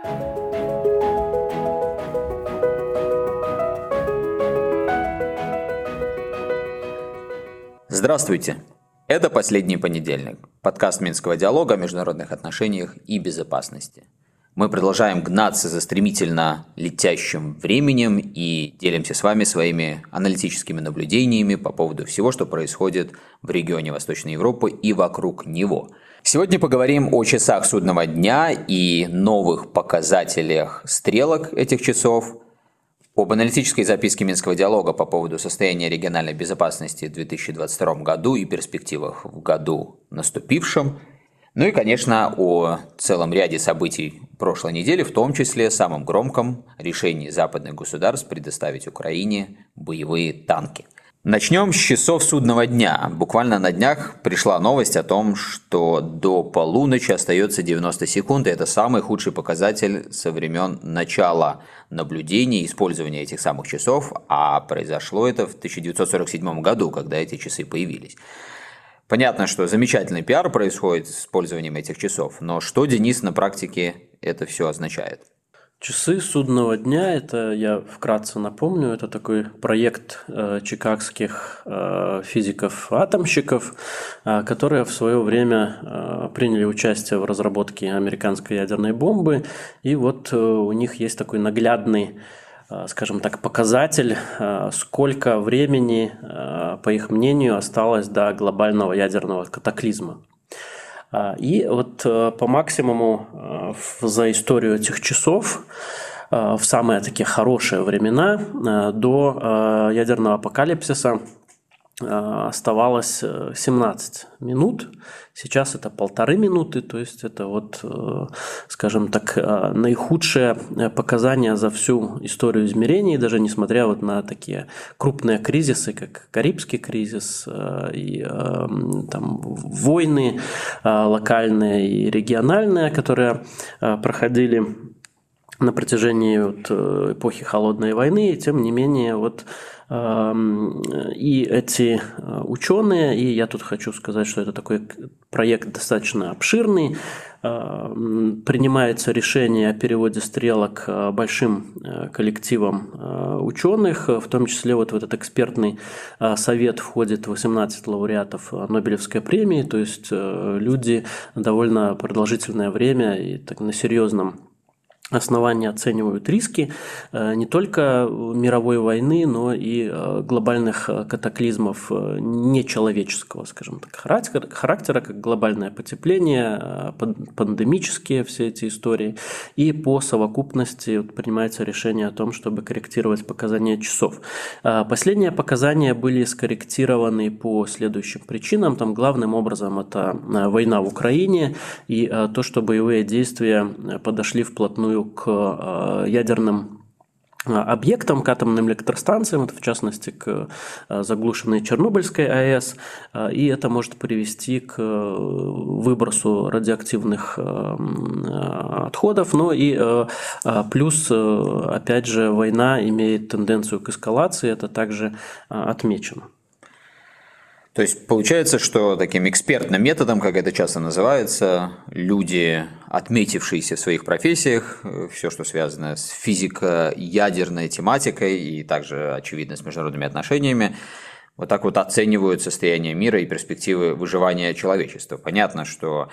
Здравствуйте! Это «Последний понедельник» – подкаст Минского диалога о международных отношениях и безопасности. Мы продолжаем гнаться за стремительно летящим временем и делимся с вами своими аналитическими наблюдениями по поводу всего, что происходит в регионе Восточной Европы и вокруг него. Сегодня поговорим о часах судного дня и новых показателях стрелок этих часов, об аналитической записке Минского диалога по поводу состояния региональной безопасности в 2022 году и перспективах в году наступившем, ну и, конечно, о целом ряде событий прошлой недели, в том числе самом громком решении западных государств предоставить Украине боевые танки. Начнем с часов судного дня. Буквально на днях пришла новость о том, что до полуночи остается 90 секунд, и это самый худший показатель со времен начала наблюдений и использования этих самых часов, а произошло это в 1947 году, когда эти часы появились. Понятно, что замечательный пиар происходит с использованием этих часов, но что, Денис, на практике это все означает? Часы судного дня, это я вкратце напомню, это такой проект чикагских физиков-атомщиков, которые в свое время приняли участие в разработке американской ядерной бомбы, и вот у них есть такой наглядный, скажем так, показатель, сколько времени, по их мнению, осталось до глобального ядерного катаклизма. И вот по максимуму за историю этих часов в самые такие хорошие времена до ядерного апокалипсиса оставалось 17 минут. Сейчас это 1,5 минуты, то есть это вот, скажем так, наихудшее показание за всю историю измерений, даже несмотря вот на такие крупные кризисы, как Карибский кризис и там войны локальные и региональные, которые проходили на протяжении вот эпохи Холодной войны, и тем не менее вот и эти ученые, и я тут хочу сказать, что это такой проект достаточно обширный, принимается решение о переводе стрелок большим коллективом ученых, в том числе вот в этот экспертный совет входит 18 лауреатов Нобелевской премии, то есть люди довольно продолжительное время и так на серьезном основания оценивают риски не только мировой войны, но и глобальных катаклизмов нечеловеческого, скажем так, характера, как глобальное потепление, пандемические все эти истории. И по совокупности принимается решение о том, чтобы корректировать показания часов. Последние показания были скорректированы по следующим причинам. Там главным образом это война в Украине и то, что боевые действия подошли вплотную к ядерным объектам, к атомным электростанциям, это в частности к заглушенной Чернобыльской АЭС, и это может привести к выбросу радиоактивных отходов, но и плюс, опять же, война имеет тенденцию к эскалации, это также отмечено. То есть получается, что таким экспертным методом, как это часто называется, люди, отметившиеся в своих профессиях, все, что связано с физико-ядерной тематикой и также, очевидно, с международными отношениями, вот так вот оценивают состояние мира и перспективы выживания человечества. Понятно, что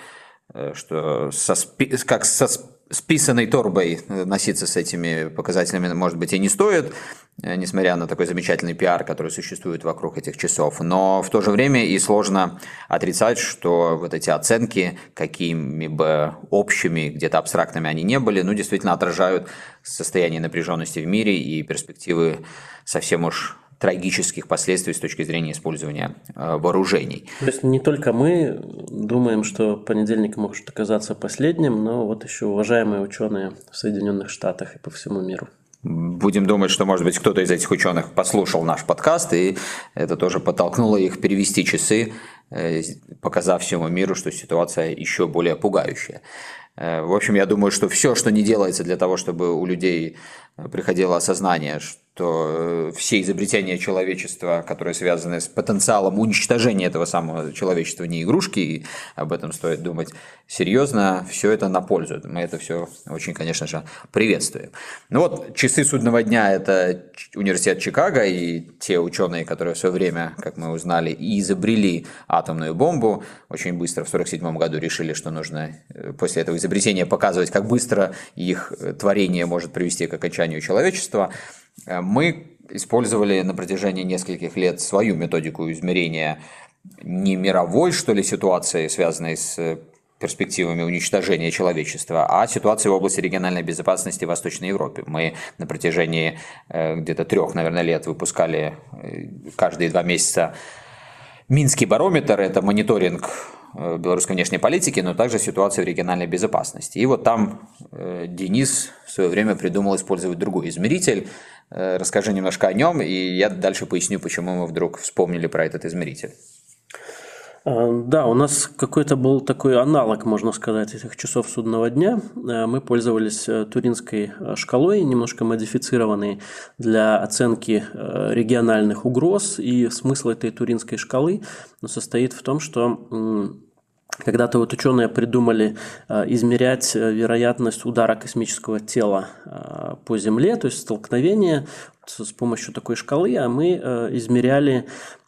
как со списанной торбой носиться с этими показателями, может быть, и не стоит, несмотря на такой замечательный пиар, который существует вокруг этих часов. Но в то же время и сложно отрицать, что вот эти оценки, какими бы общими, где-то абстрактными они не были, действительно отражают состояние напряженности в мире и перспективы совсем уж трагических последствий с точки зрения использования вооружений. То есть не только мы думаем, что понедельник может оказаться последним, но вот еще уважаемые ученые в Соединенных Штатах и по всему миру. Будем думать, что, может быть, кто-то из этих ученых послушал наш подкаст, и это тоже подтолкнуло их перевести часы, показав всему миру, что ситуация еще более пугающая. В общем, я думаю, что все, что не делается для того, чтобы у людей приходило осознание, что все изобретения человечества, которые связаны с потенциалом уничтожения этого самого человечества, не игрушки, и об этом стоит думать серьезно, все это на пользу. Мы это все очень, конечно же, приветствуем. Ну вот, часы судного дня – это университет Чикаго и те ученые, которые в свое время, как мы узнали, и изобрели атомную бомбу, очень быстро в 1947 году решили, что нужно после этого изобретения показывать, как быстро их творение может привести к окончанию человечества. Мы использовали на протяжении нескольких лет свою методику измерения не мировой, что ли, ситуации, связанной с перспективами уничтожения человечества, а ситуации в области региональной безопасности в Восточной Европе. Мы на протяжении где-то 3, наверное, лет выпускали каждые 2 месяца Минский барометр – это мониторинг белорусской внешней политики, но также ситуации в региональной безопасности. И вот там Денис в свое время придумал использовать другой измеритель. Расскажи немножко о нем, и я дальше поясню, почему мы вдруг вспомнили про этот измеритель. Да, у нас какой-то был такой аналог, можно сказать, этих часов судного дня. Мы пользовались Туринской шкалой, немножко модифицированной для оценки региональных угроз. И смысл этой Туринской шкалы состоит в том, что когда-то вот ученые придумали измерять вероятность удара космического тела по Земле, то есть столкновение с помощью такой шкалы, а мы измеряли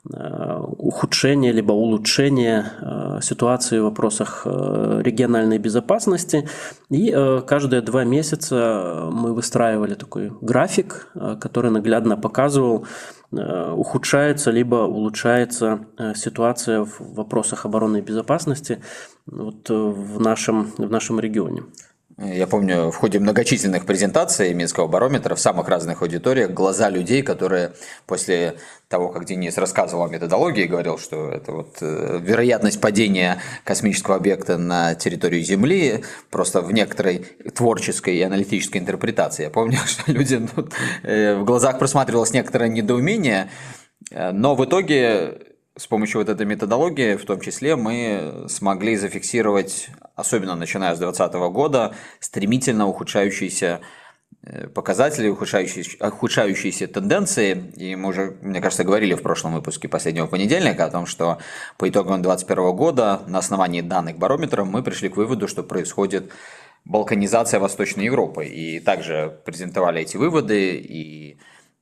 ухудшение либо улучшение ситуации в вопросах региональной безопасности. И каждые 2 месяца мы выстраивали такой график, который наглядно показывал, ухудшается либо улучшается ситуация в вопросах оборонной безопасности вот в нашем регионе. Я помню, в ходе многочисленных презентаций Минского барометра в самых разных аудиториях глаза людей, которые после того, как Денис рассказывал о методологии, говорил, что это вот вероятность падения космического объекта на территорию Земли просто в некоторой творческой и аналитической интерпретации. Я помню, что люди в глазах просматривалось некоторое недоумение, но в итоге с помощью вот этой методологии, в том числе, мы смогли зафиксировать, особенно начиная с 2020 года, стремительно ухудшающиеся показатели, ухудшающиеся тенденции. И мы уже, мне кажется, говорили в прошлом выпуске последнего понедельника о том, что по итогам 2021 года на основании данных барометра мы пришли к выводу, что происходит балканизация Восточной Европы. И также презентовали эти выводы и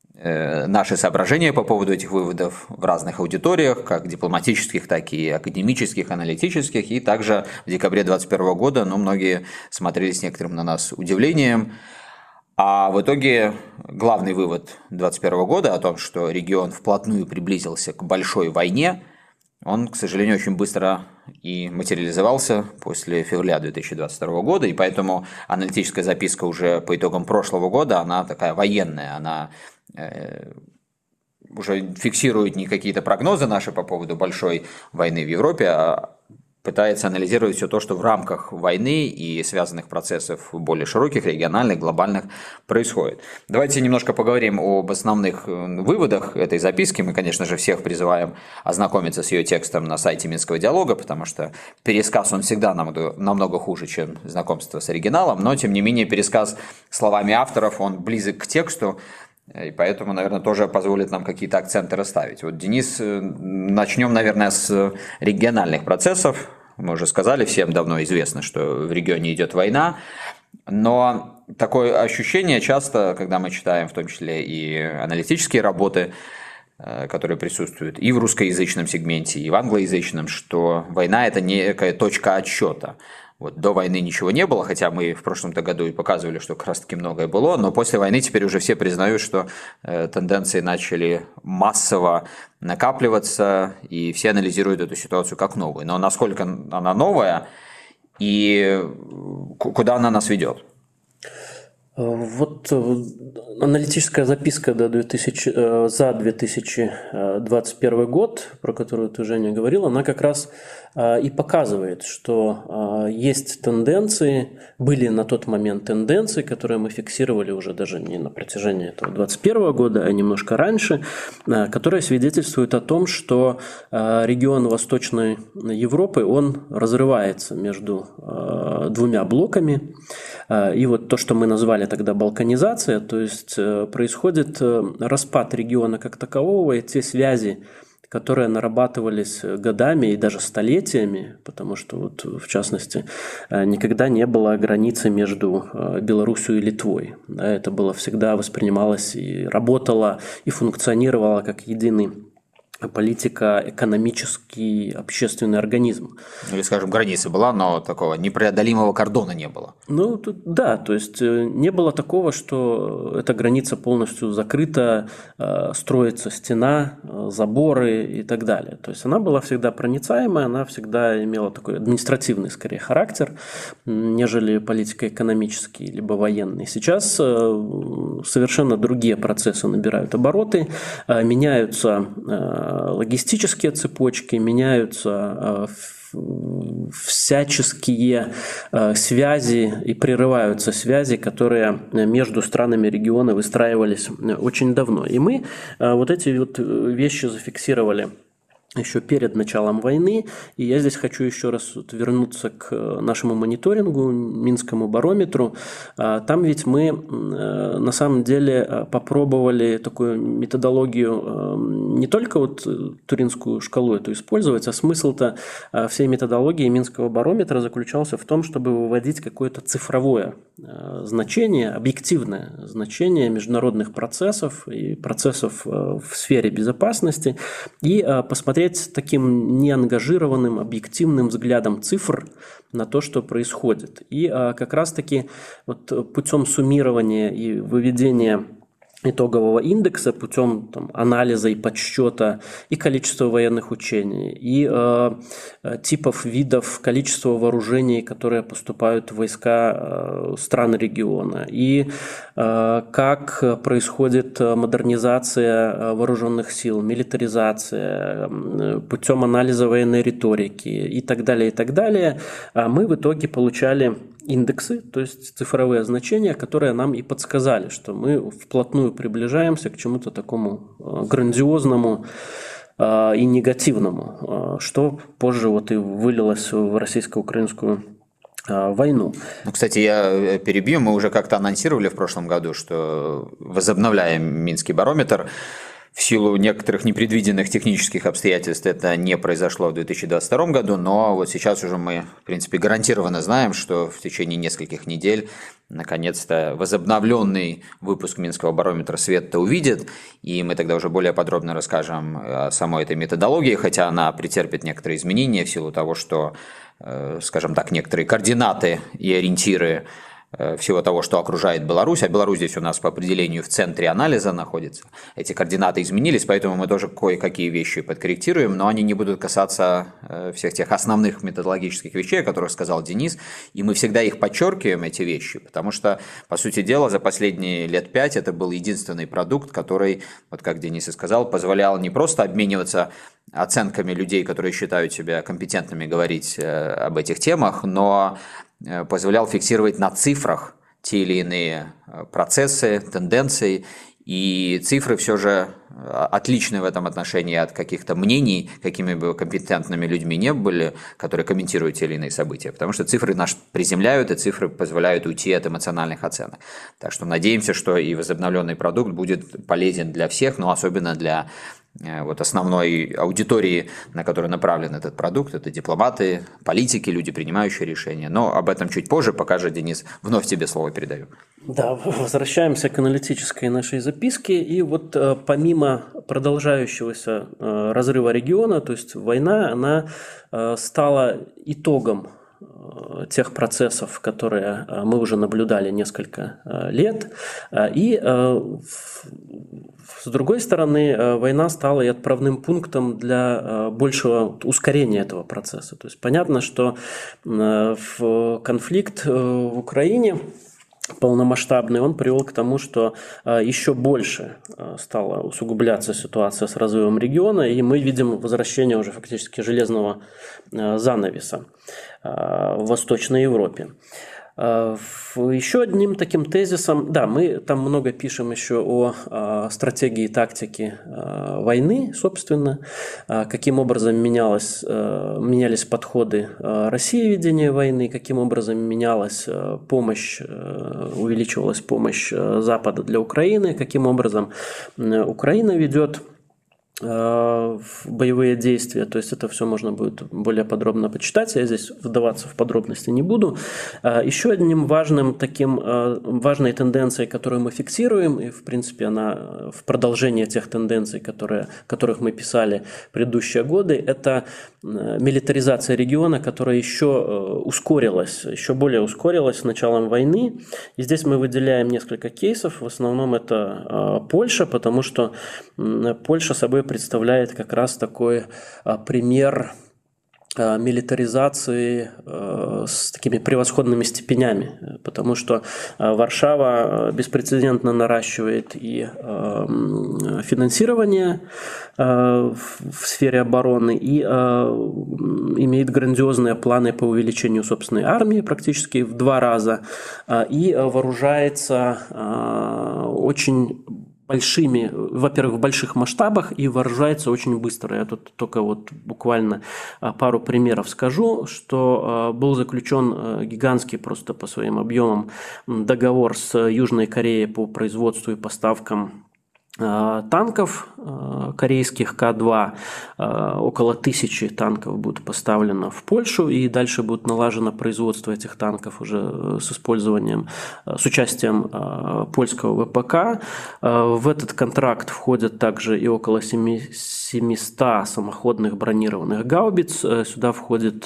наши соображения по поводу этих выводов в разных аудиториях, как дипломатических, так и академических, аналитических. И также в декабре 2021 года многие смотрели с некоторым на нас удивлением. А в итоге главный вывод 2021 года о том, что регион вплотную приблизился к большой войне, он, к сожалению, очень быстро и материализовался после февраля 2022 года, и поэтому аналитическая записка уже по итогам прошлого года, она такая военная, она уже фиксирует не какие-то прогнозы наши по поводу большой войны в Европе, а пытается анализировать все то, что в рамках войны и связанных процессов более широких, региональных, глобальных происходит. Давайте немножко поговорим об основных выводах этой записки. Мы, конечно же, всех призываем ознакомиться с ее текстом на сайте Минского диалога, потому что пересказ, он всегда намного хуже, чем знакомство с оригиналом, но, тем не менее, пересказ словами авторов, он близок к тексту, и поэтому, наверное, тоже позволит нам какие-то акценты расставить. Вот, Денис, начнем, наверное, с региональных процессов. Мы уже сказали, всем давно известно, что в регионе идет война, но такое ощущение часто, когда мы читаем в том числе и аналитические работы, которые присутствуют и в русскоязычном сегменте, и в англоязычном, что война – это некая точка отсчета. Вот до войны ничего не было, хотя мы в прошлом-то году и показывали, что как раз-таки многое было, но после войны теперь уже все признают, что тенденции начали массово накапливаться, и все анализируют эту ситуацию как новую. Но насколько она новая и куда она нас ведет? Вот аналитическая записка за 2021 год, про которую ты, Женя, говорил, она как раз и показывает, что есть тенденции, были на тот момент тенденции, которые мы фиксировали уже даже не на протяжении этого 2021 года, а немножко раньше, которые свидетельствуют о том, что регион Восточной Европы, он разрывается между двумя блоками. И вот то, что мы назвали тогда балканизация, то есть происходит распад региона как такового, и те связи, которые нарабатывались годами и даже столетиями, потому что, вот, в частности, никогда не было границы между Белоруссией и Литвой. Да, это было всегда воспринималось и работало, и функционировало как единый политико-экономический общественный организм. Или, скажем, граница была, но такого непреодолимого кордона не было. Да, то есть не было такого, что эта граница полностью закрыта, строится стена, заборы и так далее. То есть она была всегда проницаемая, она всегда имела такой административный, скорее, характер, нежели политико-экономический либо военный. Сейчас совершенно другие процессы набирают обороты, меняются логистические цепочки, меняются всяческие связи и прерываются связи, которые между странами региона выстраивались очень давно. И мы вот эти вот вещи зафиксировали еще перед началом войны, и я здесь хочу еще раз вернуться к нашему мониторингу, Минскому барометру. Там ведь мы на самом деле попробовали такую методологию, не только вот Туринскую шкалу эту использовать, а смысл-то всей методологии Минского барометра заключался в том, чтобы выводить какое-то цифровое значение, объективное значение международных процессов и процессов в сфере безопасности и посмотреть таким неангажированным, объективным взглядом цифр на то, что происходит. И как раз-таки вот путем суммирования и выведения итогового индекса, путем анализа и подсчета и количества военных учений, и типов, видов, количества вооружений, которые поступают в войска стран региона, и как происходит модернизация вооруженных сил, милитаризация, путем анализа военной риторики и так далее, мы в итоге получали индексы, то есть цифровые значения, которые нам и подсказали, что мы вплотную приближаемся к чему-то такому грандиозному и негативному, что позже вот и вылилось в российско-украинскую войну. Кстати, я перебью, мы уже как-то анонсировали в прошлом году, что возобновляем Минский барометр. В силу некоторых непредвиденных технических обстоятельств это не произошло в 2022 году, но вот сейчас уже мы, в принципе, гарантированно знаем, что в течение нескольких недель наконец-то возобновленный выпуск Минского барометра свет-то увидит, и мы тогда уже более подробно расскажем о самой этой методологии, хотя она претерпит некоторые изменения в силу того, что, скажем так, некоторые координаты и ориентиры всего того, что окружает Беларусь, а Беларусь здесь у нас по определению в центре анализа находится. Эти координаты изменились, поэтому мы тоже кое-какие вещи подкорректируем, но они не будут касаться всех тех основных методологических вещей, о которых сказал Денис, и мы всегда их подчеркиваем, эти вещи, потому что, по сути дела, за последние лет 5 это был единственный продукт, который, вот как Денис и сказал, позволял не просто обмениваться оценками людей, которые считают себя компетентными говорить об этих темах, но позволял фиксировать на цифрах те или иные процессы, тенденции, и цифры все же отличны в этом отношении от каких-то мнений, какими бы компетентными людьми не были, которые комментируют те или иные события, потому что цифры нас приземляют, и цифры позволяют уйти от эмоциональных оценок. Так что надеемся, что и возобновленный продукт будет полезен для всех, но особенно для вот основной аудитории, на которую направлен этот продукт, это дипломаты, политики, люди, принимающие решения. Но об этом чуть позже, пока же, Денис, вновь тебе слово передаю. Да, возвращаемся к аналитической нашей записке. И вот помимо продолжающегося разрыва региона, то есть война, она стала итогом тех процессов, которые мы уже наблюдали несколько лет. И с другой стороны, война стала и отправным пунктом для большего ускорения этого процесса. То есть понятно, что конфликт в Украине полномасштабный, он привел к тому, что еще больше стала усугубляться ситуация с разрывом региона, и мы видим возвращение уже фактически железного занавеса в Восточной Европе. Еще одним таким тезисом, да, мы там много пишем еще о стратегии и тактике войны, собственно, каким образом менялись подходы России в ведении войны, каким образом менялась помощь, увеличивалась помощь Запада для Украины, каким образом Украина ведет боевые действия, то есть это все можно будет более подробно почитать, я здесь вдаваться в подробности не буду. Еще одним важной тенденцией, которую мы фиксируем, и в принципе она в продолжение тех тенденций, которых мы писали в предыдущие годы, это милитаризация региона, которая еще более ускорилась с началом войны. И здесь мы выделяем несколько кейсов, в основном это Польша, потому что Польша собой представляет как раз такой пример милитаризации с такими превосходными степенями, потому что Варшава беспрецедентно наращивает и финансирование в сфере обороны и имеет грандиозные планы по увеличению собственной армии практически в 2 раза и вооружается очень большими, во-первых, в больших масштабах и вооружается очень быстро. Я тут только вот буквально пару примеров скажу, что был заключен гигантский просто по своим объемам договор с Южной Кореей по производству и поставкам танков корейских К-2, около 1000 танков будет поставлено в Польшу, и дальше будет налажено производство этих танков уже с участием польского ВПК. В этот контракт входят также и около 700 самоходных бронированных гаубиц. Сюда входит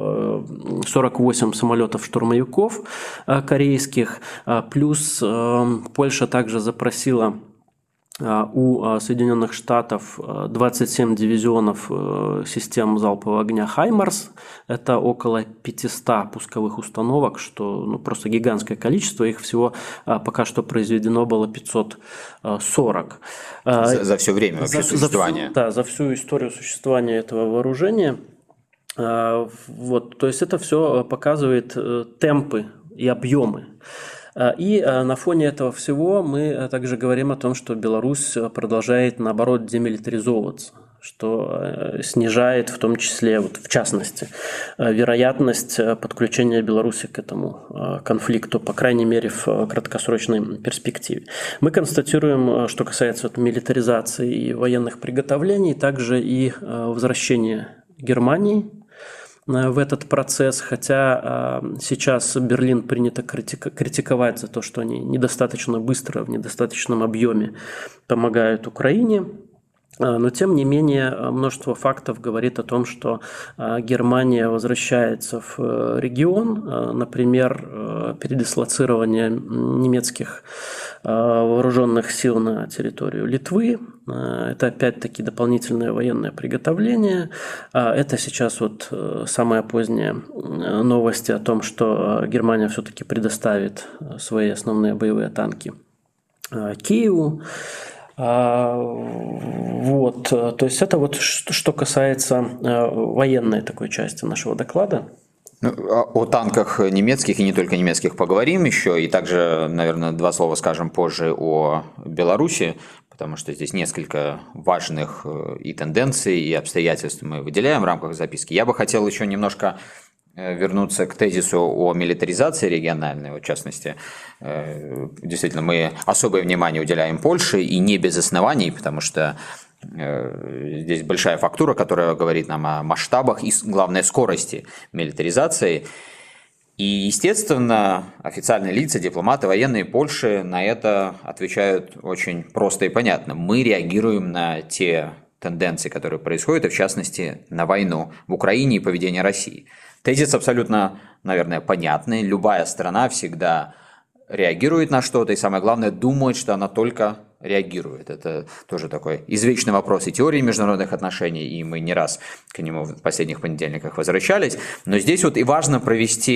48 самолетов-штурмовиков корейских, плюс Польша также запросила у Соединенных Штатов 27 дивизионов систем залпового огня «Хаймарс». Это около 500 пусковых установок, что просто гигантское количество. Их всего пока что произведено было 540. За все время вообще существования? За всю историю существования этого вооружения. Вот, то есть это все показывает темпы и объемы. И на фоне этого всего мы также говорим о том, что Беларусь продолжает, наоборот, демилитаризовываться, что снижает в том числе, в частности, вероятность подключения Беларуси к этому конфликту, по крайней мере, в краткосрочной перспективе. Мы констатируем, что касается милитаризации и военных приготовлений, также и возвращения Германии в этот процесс, хотя сейчас Берлин принято критиковать за то, что они недостаточно быстро, в недостаточном объеме помогают Украине. Но, тем не менее, множество фактов говорит о том, что Германия возвращается в регион. Например, передислоцирование немецких вооруженных сил на территорию Литвы. Это опять-таки дополнительное военное приготовление. Это сейчас вот самые поздние новости о том, что Германия все-таки предоставит свои основные боевые танки Киеву. Вот, то есть это вот что касается военной такой части нашего доклада. О танках немецких и не только немецких поговорим еще, и также, наверное, 2 слова скажем позже о Беларуси, потому что здесь несколько важных и тенденций, и обстоятельств мы выделяем в рамках записки. Я бы хотел еще немножко вернуться к тезису о милитаризации региональной, в частности. Действительно, мы особое внимание уделяем Польше, и не без оснований, потому что здесь большая фактура, которая говорит нам о масштабах и, главное, скорости милитаризации. И, естественно, официальные лица, дипломаты, военные Польши на это отвечают очень просто и понятно. Мы реагируем на те тенденции, которые происходят, и в частности на войну в Украине и поведение России. Тезис абсолютно, наверное, понятный. Любая страна всегда реагирует на что-то, и самое главное, думает, что она только реагирует. Это тоже такой извечный вопрос и теории международных отношений, и мы не раз к нему в последних понедельниках возвращались. Но здесь вот и важно провести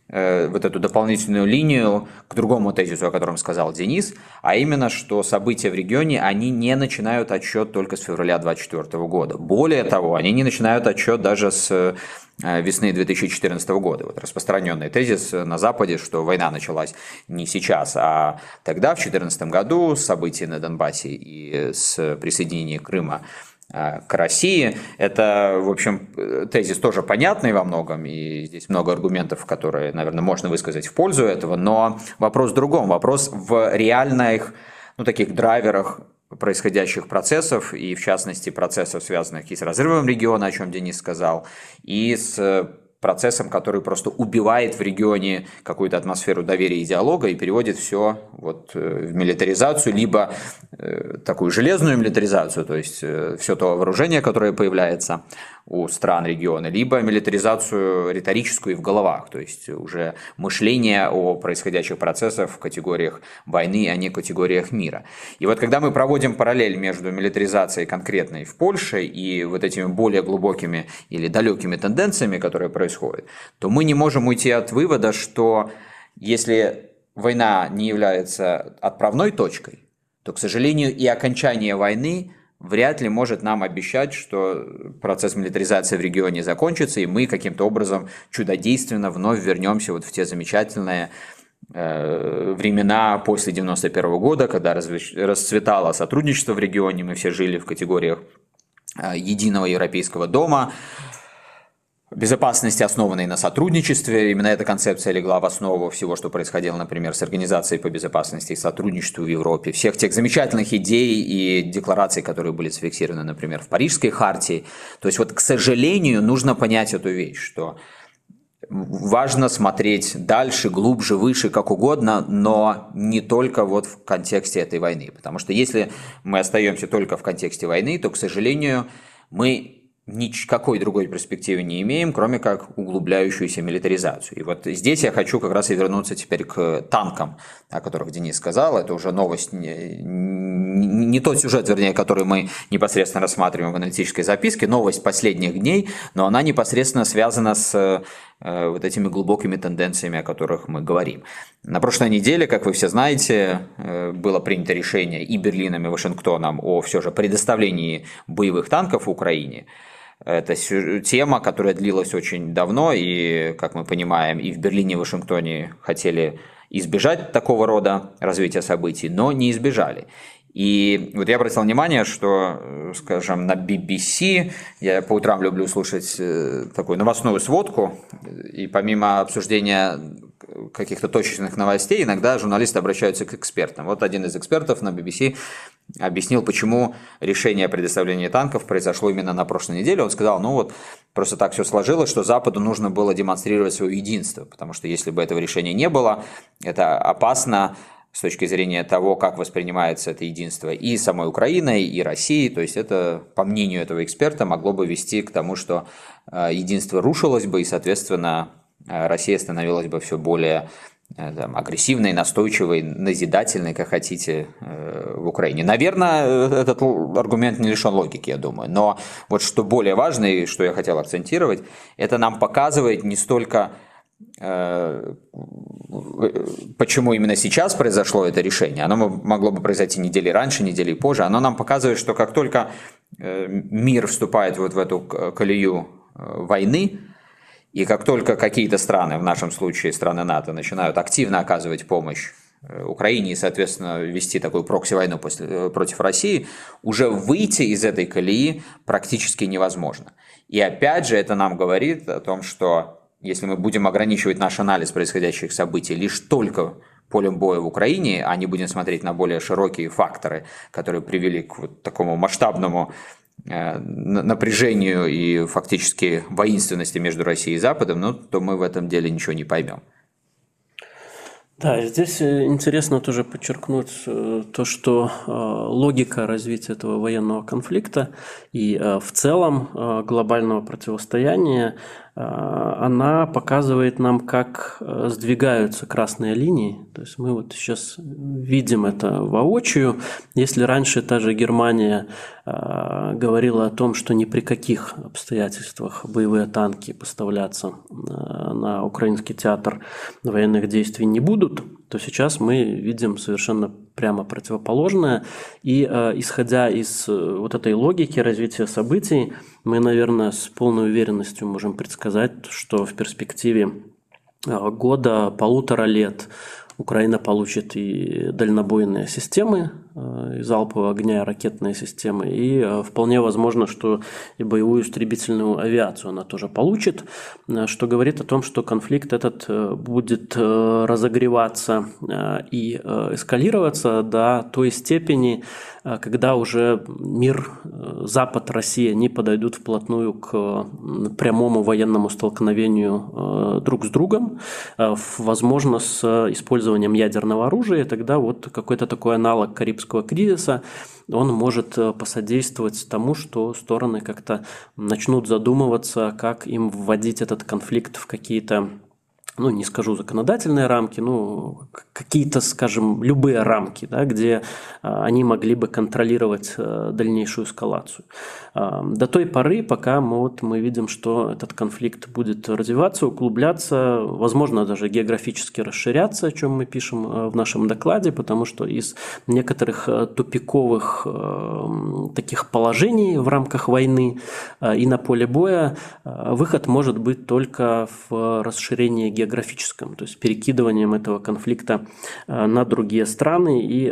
вот эту дополнительную линию к другому тезису, о котором сказал Денис, а именно, что события в регионе, они не начинают отсчет только с февраля 2024 года. Более того, они не начинают отсчет даже с весны 2014 года. Вот распространенный тезис на Западе, что война началась не сейчас, а тогда, в 2014 году, с событий на Донбассе и с присоединения Крыма к России. Это, в общем, тезис тоже понятный во многом, и здесь много аргументов, которые, наверное, можно высказать в пользу этого, но вопрос в другом. Вопрос в реальных, таких драйверах происходящих процессов, и в частности процессов, связанных и с разрывом региона, о чем Денис сказал, и с процессом, который просто убивает в регионе какую-то атмосферу доверия и диалога и переводит все вот в милитаризацию, либо такую железную милитаризацию, то есть все то вооружение, которое появляется у стран региона, либо милитаризацию риторическую и в головах, то есть уже мышление о происходящих процессах в категориях войны, а не категориях мира. И вот когда мы проводим параллель между милитаризацией конкретной в Польше и вот этими более глубокими или далекими тенденциями, которые происходят, то мы не можем уйти от вывода, что если война не является отправной точкой, то, к сожалению, и окончание войны вряд ли может нам обещать, что процесс милитаризации в регионе закончится, и мы каким-то образом чудодейственно вновь вернемся вот в те замечательные времена после 1991 года, когда расцветало сотрудничество в регионе, мы все жили в категориях единого европейского дома, безопасности, основанной на сотрудничестве. Именно эта концепция легла в основу всего, что происходило, например, с Организацией по безопасности и сотрудничеству в Европе. Всех тех замечательных идей и деклараций, которые были зафиксированы, например, в Парижской хартии. То есть вот, к сожалению, нужно понять эту вещь, что важно смотреть дальше, глубже, выше, как угодно, но не только вот в контексте этой войны. Потому что если мы остаемся только в контексте войны, то, к сожалению, мы никакой другой перспективы не имеем, кроме как углубляющуюся милитаризацию. И вот здесь я хочу как раз и вернуться теперь к танкам, о которых Денис сказал. Это уже новость, не тот сюжет, вернее, который мы непосредственно рассматриваем в аналитической записке, новость последних дней, но она непосредственно связана с вот этими глубокими тенденциями, о которых мы говорим. На прошлой неделе, как вы все знаете, было принято решение и Берлином, и Вашингтоном о все же предоставлении боевых танков Украине. Это тема, которая длилась очень давно, и, как мы понимаем, и в Берлине, и в Вашингтоне хотели избежать такого рода развития событий, но не избежали. И вот я обратил внимание, что, скажем, на BBC, я по утрам люблю слушать такую новостную сводку, и помимо обсуждения каких-то точечных новостей, иногда журналисты обращаются к экспертам. Вот один из экспертов на BBC объяснил, почему решение о предоставлении танков произошло именно на прошлой неделе. Он сказал, просто так все сложилось, что Западу нужно было демонстрировать свое единство, потому что если бы этого решения не было, это опасно с точки зрения того, как воспринимается это единство и самой Украиной, и Россией. То есть это, по мнению этого эксперта, могло бы вести к тому, что единство рушилось бы, и, соответственно, Россия становилась бы все более агрессивной, настойчивой, назидательной, как хотите, в Украине. Наверное, этот аргумент не лишен логики, я думаю. Но вот что более важно, и что я хотел акцентировать, это нам показывает не столько почему именно сейчас произошло это решение. Оно могло бы произойти недели раньше, недели позже. Оно нам показывает, что как только мир вступает вот в эту колею войны, и как только какие-то страны, в нашем случае страны НАТО, начинают активно оказывать помощь Украине и, соответственно, вести такую прокси-войну против России, уже выйти из этой колеи практически невозможно. И опять же это нам говорит о том, что если мы будем ограничивать наш анализ происходящих событий лишь только полем боя в Украине, а не будем смотреть на более широкие факторы, которые привели к вот такому масштабному напряжению и фактически воинственности между Россией и Западом, то мы в этом деле ничего не поймем. Да, здесь интересно тоже подчеркнуть то, что логика развития этого военного конфликта и в целом глобального противостояния, она показывает нам, как сдвигаются красные линии. То есть мы вот сейчас видим это воочию. Если раньше та же Германия говорила о том, что ни при каких обстоятельствах боевые танки поставляться на украинский театр военных действий не будут, то сейчас мы видим совершенно прямо противоположное. И исходя из вот этой логики развития событий, мы, наверное, с полной уверенностью можем предсказать, что в перспективе года, 1,5 лет Украина получит и дальнобойные системы, и залпового огня, и ракетные системы, и вполне возможно, что и боевую истребительную авиацию она тоже получит, что говорит о том, что конфликт этот будет разогреваться и эскалироваться до той степени, когда уже мир, Запад, Россия не подойдут вплотную к прямому военному столкновению друг с другом, возможно, с использованием ядерного оружия, и тогда вот какой-то такой аналог Карибского кризиса, он может посодействовать тому, что стороны как-то начнут задумываться, как им вводить этот конфликт в какие-то, не скажу законодательные рамки, какие-то, скажем, любые рамки, да, где они могли бы контролировать дальнейшую эскалацию. До той поры, пока мы видим, что этот конфликт будет развиваться, углубляться, возможно, даже географически расширяться, о чем мы пишем в нашем докладе, потому что из некоторых тупиковых таких положений в рамках войны и на поле боя выход может быть только в расширении географическом, то есть перекидыванием этого конфликта на другие страны и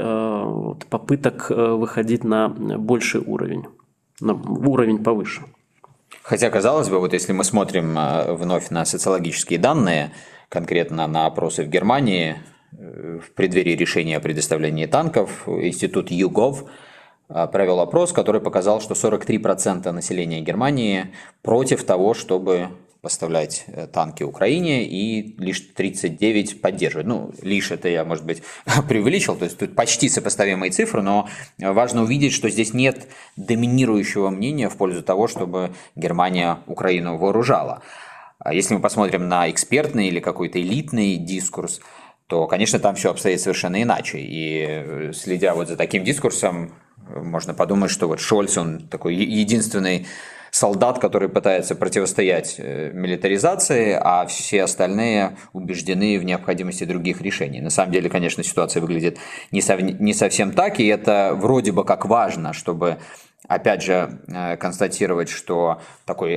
попыток выходить на больший уровень, на уровень повыше. Хотя, казалось бы, вот если мы смотрим вновь на социологические данные, конкретно на опросы в Германии, в преддверии решения о предоставлении танков, институт YouGov провел опрос, который показал, что 43% населения Германии против того, чтобы поставлять танки Украине, и лишь 39 поддерживают. Лишь это я, может быть, преувеличил, то есть тут почти сопоставимые цифры, но важно увидеть, что здесь нет доминирующего мнения в пользу того, чтобы Германия Украину вооружала. Если мы посмотрим на экспертный или какой-то элитный дискурс, то, конечно, там все обстоит совершенно иначе. И следя вот за таким дискурсом, можно подумать, что вот Шольц, он такой единственный солдат, который пытается противостоять милитаризации, а все остальные убеждены в необходимости других решений. На самом деле, конечно, ситуация выглядит не совсем так, и это вроде бы как важно, чтобы, опять же, констатировать, что такой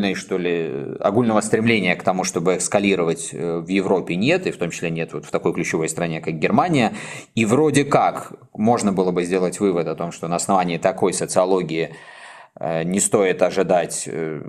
огульного стремления к тому, чтобы эскалировать в Европе нет, и в том числе нет вот в такой ключевой стране, как Германия. И вроде как можно было бы сделать вывод о том, что на основании такой социологии не стоит ожидать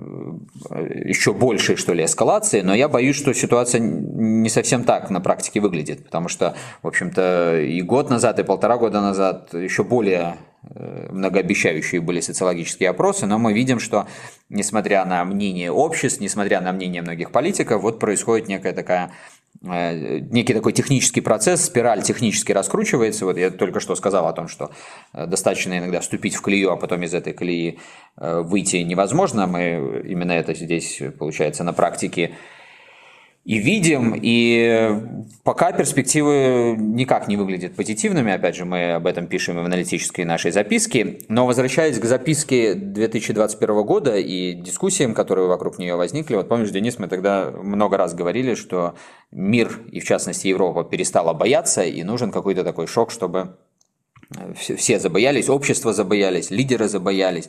еще большей, эскалации, но я боюсь, что ситуация не совсем так на практике выглядит, потому что, в общем-то, и год назад, и 1,5 года назад еще более многообещающие были социологические опросы, но мы видим, что, несмотря на мнение обществ, несмотря на мнение многих политиков, вот происходит некий такой технический процесс, спираль технически раскручивается. Вот я только что сказал о том, что достаточно иногда вступить в колею, а потом из этой колеи выйти невозможно. Мы именно это здесь, получается, на практике и видим, и пока перспективы никак не выглядят позитивными, опять же, мы об этом пишем и в аналитической нашей записке, но возвращаясь к записке 2021 года и дискуссиям, которые вокруг нее возникли, вот помнишь, Денис, мы тогда много раз говорили, что мир, и в частности Европа, перестала бояться, и нужен какой-то такой шок, чтобы все забоялись, общество забоялись, лидеры забоялись.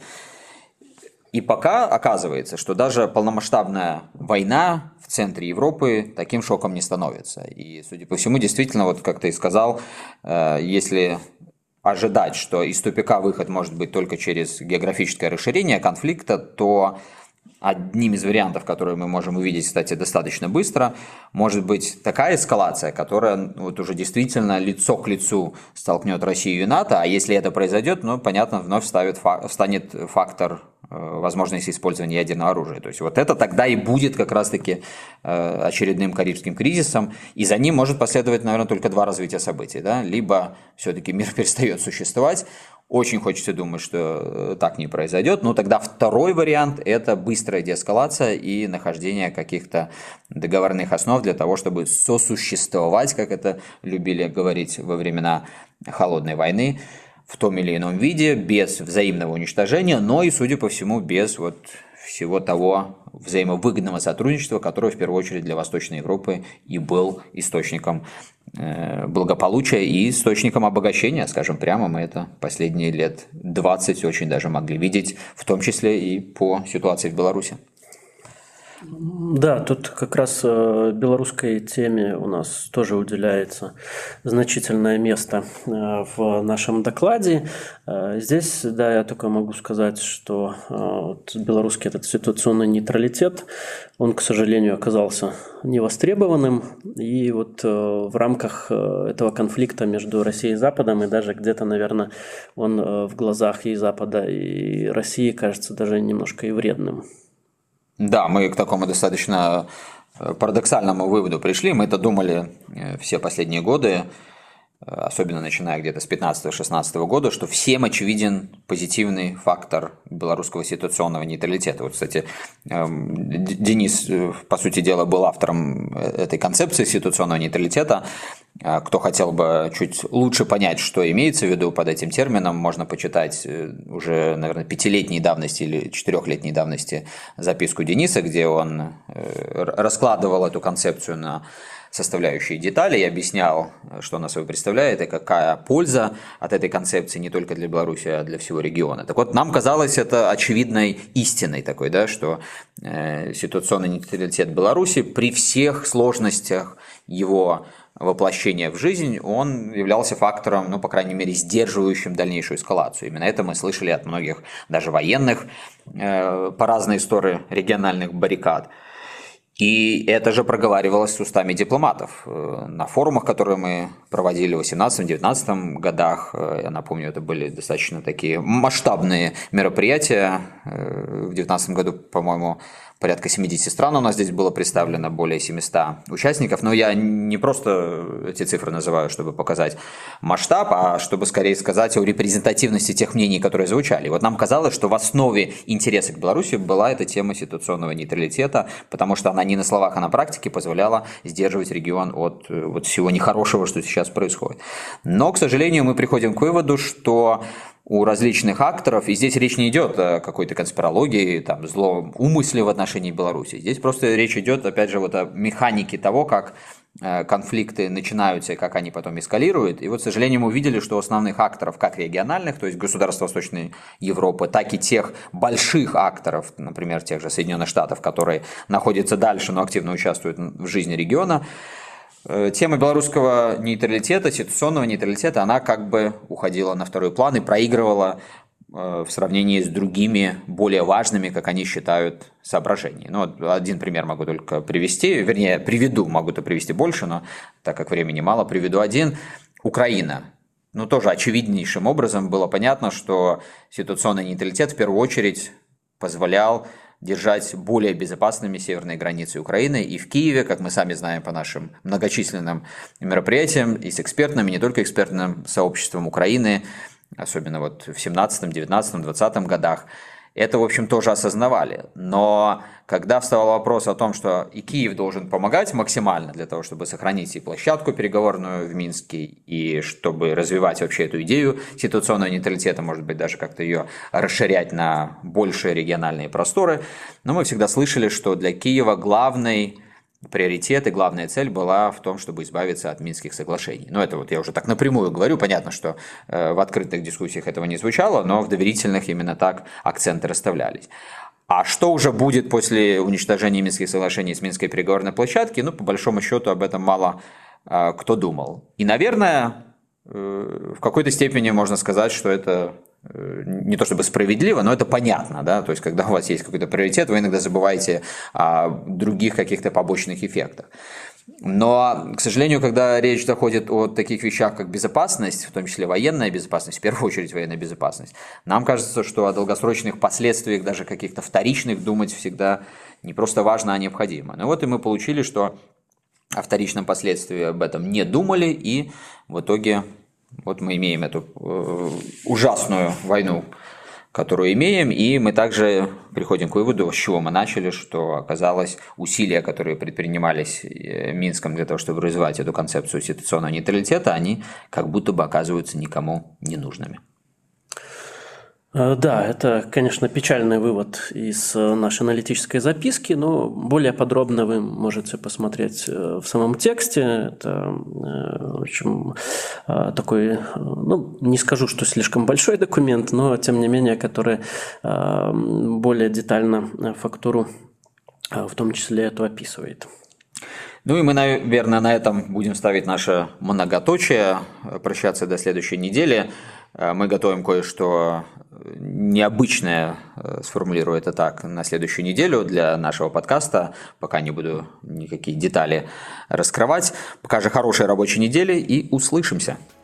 И пока оказывается, что даже полномасштабная война в центре Европы таким шоком не становится. И, судя по всему, действительно, вот как ты и сказал, если ожидать, что из тупика выход может быть только через географическое расширение конфликта, то одним из вариантов, которые мы можем увидеть, кстати, достаточно быстро, может быть такая эскалация, которая вот уже действительно лицо к лицу столкнет Россию и НАТО, а если это произойдет, понятно, вновь встанет фактор возможности использования ядерного оружия. То есть вот это тогда и будет как раз-таки очередным Карибским кризисом, и за ним может последовать, наверное, только два развития событий. Да? Либо все-таки мир перестает существовать, Очень хочется думать, что так не произойдет. Но тогда второй вариант – это быстрая деэскалация и нахождение каких-то договорных основ для того, чтобы сосуществовать, как это любили говорить во времена Холодной войны, в том или ином виде, без взаимного уничтожения, но и, судя по всему, без всего того взаимовыгодного сотрудничества, которое в первую очередь для Восточной Европы и был источником благополучия и источником обогащения, скажем прямо, мы это последние лет 20 очень даже могли видеть, в том числе и по ситуации в Беларуси. Да, тут как раз белорусской теме у нас тоже уделяется значительное место в нашем докладе. Здесь, да, я только могу сказать, что белорусский этот ситуационный нейтралитет, он, к сожалению, оказался невостребованным. И в рамках этого конфликта между Россией и Западом, и даже где-то, наверное, он в глазах и Запада, и России кажется даже немножко и вредным. Да, мы к такому достаточно парадоксальному выводу пришли. Мы это думали все последние годы, особенно начиная где-то с 15-16 года, что всем очевиден позитивный фактор белорусского ситуационного нейтралитета. Кстати, Денис, по сути дела, был автором этой концепции ситуационного нейтралитета. Кто хотел бы чуть лучше понять, что имеется в виду под этим термином, можно почитать уже, наверное, 5-летней давности или 4-летней давности записку Дениса, где он раскладывал эту концепцию на составляющие детали и объяснял, что она собой представляет и какая польза от этой концепции не только для Беларуси, а для всего региона. Так вот, нам казалось это очевидной истиной такой, да, что ситуационный нейтралитет Беларуси при всех сложностях его воплощения в жизнь, он являлся фактором, ну, по крайней мере, сдерживающим дальнейшую эскалацию. Именно это мы слышали от многих, даже военных, по разные стороны региональных баррикад. И это же проговаривалось с устами дипломатов. На форумах, которые мы проводили в 2018-2019 годах, я напомню, это были достаточно такие масштабные мероприятия. В 2019 году, по-моему, порядка 70 стран у нас здесь было представлено, более 700 участников. Но я не просто эти цифры называю, чтобы показать масштаб, а чтобы скорее сказать о репрезентативности тех мнений, которые звучали. Вот нам казалось, что в основе интереса к Беларуси была эта тема ситуационного нейтралитета, потому что она не на словах, а на практике позволяла сдерживать регион от всего нехорошего, что сейчас происходит. Но, к сожалению, мы приходим к выводу, что у различных акторов, и здесь речь не идет о какой-то конспирологии, там, злом умысле в отношении Беларуси. Здесь просто речь идет, опять же, о механике того, как конфликты начинаются и как они потом эскалируют. И к сожалению, мы увидели, что основных акторов, как региональных, то есть государств Восточной Европы, так и тех больших акторов, например, тех же Соединенных Штатов, которые находятся дальше, но активно участвуют в жизни региона, тема белорусского нейтралитета, ситуационного нейтралитета, она как бы уходила на второй план и проигрывала в сравнении с другими, более важными, как они считают, соображениями. Ну, один пример могу только привести, вернее, могу-то привести больше, но так как времени мало, приведу один. Украина. Ну, тоже очевиднейшим образом было понятно, что ситуационный нейтралитет в первую очередь позволял держать более безопасными северные границы Украины. И в Киеве, как мы сами знаем по нашим многочисленным мероприятиям, и с экспертным, и не только экспертным сообществом Украины, особенно в 17, 19, 20 годах, это, в общем, тоже осознавали. Но когда вставал вопрос о том, что и Киев должен помогать максимально для того, чтобы сохранить и площадку переговорную в Минске, и чтобы развивать вообще эту идею ситуационного нейтралитета, может быть, даже как-то ее расширять на большие региональные просторы, но мы всегда слышали, что для Киева главный приоритет и главная цель была в том, чтобы избавиться от Минских соглашений. Ну, это я уже так напрямую говорю. Понятно, что в открытых дискуссиях этого не звучало, но в доверительных именно так акценты расставлялись. А что уже будет после уничтожения Минских соглашений с Минской переговорной площадки? Ну, по большому счету, об этом мало кто думал. И, наверное, в какой-то степени можно сказать, что это не то чтобы справедливо, но это понятно, да, то есть когда у вас есть какой-то приоритет, вы иногда забываете о других каких-то побочных эффектах. Но, к сожалению, когда речь доходит о таких вещах, как безопасность, в том числе военная безопасность, в первую очередь военная безопасность, нам кажется, что о долгосрочных последствиях, даже каких-то вторичных, думать всегда не просто важно, а необходимо. Ну вот и мы получили, что о вторичном последствии об этом не думали, и в итоге Вот мы имеем эту ужасную войну, которую имеем, и мы также приходим к выводу, с чего мы начали, что оказалось усилия, которые предпринимались Минском для того, чтобы развивать эту концепцию ситуационного нейтралитета, они как будто бы оказываются никому не нужными. Да, это, конечно, печальный вывод из нашей аналитической записки, но более подробно вы можете посмотреть в самом тексте. Это, в общем, такой, не скажу, что слишком большой документ, но, тем не менее, который более детально фактуру, в том числе, эту описывает. Ну и мы, наверное, на этом будем ставить наше многоточие, прощаться до следующей недели. Мы готовим кое-что необычное, сформулирую это так, на следующую неделю для нашего подкаста. Пока не буду никакие детали раскрывать. Пока же хорошей рабочей недели и услышимся.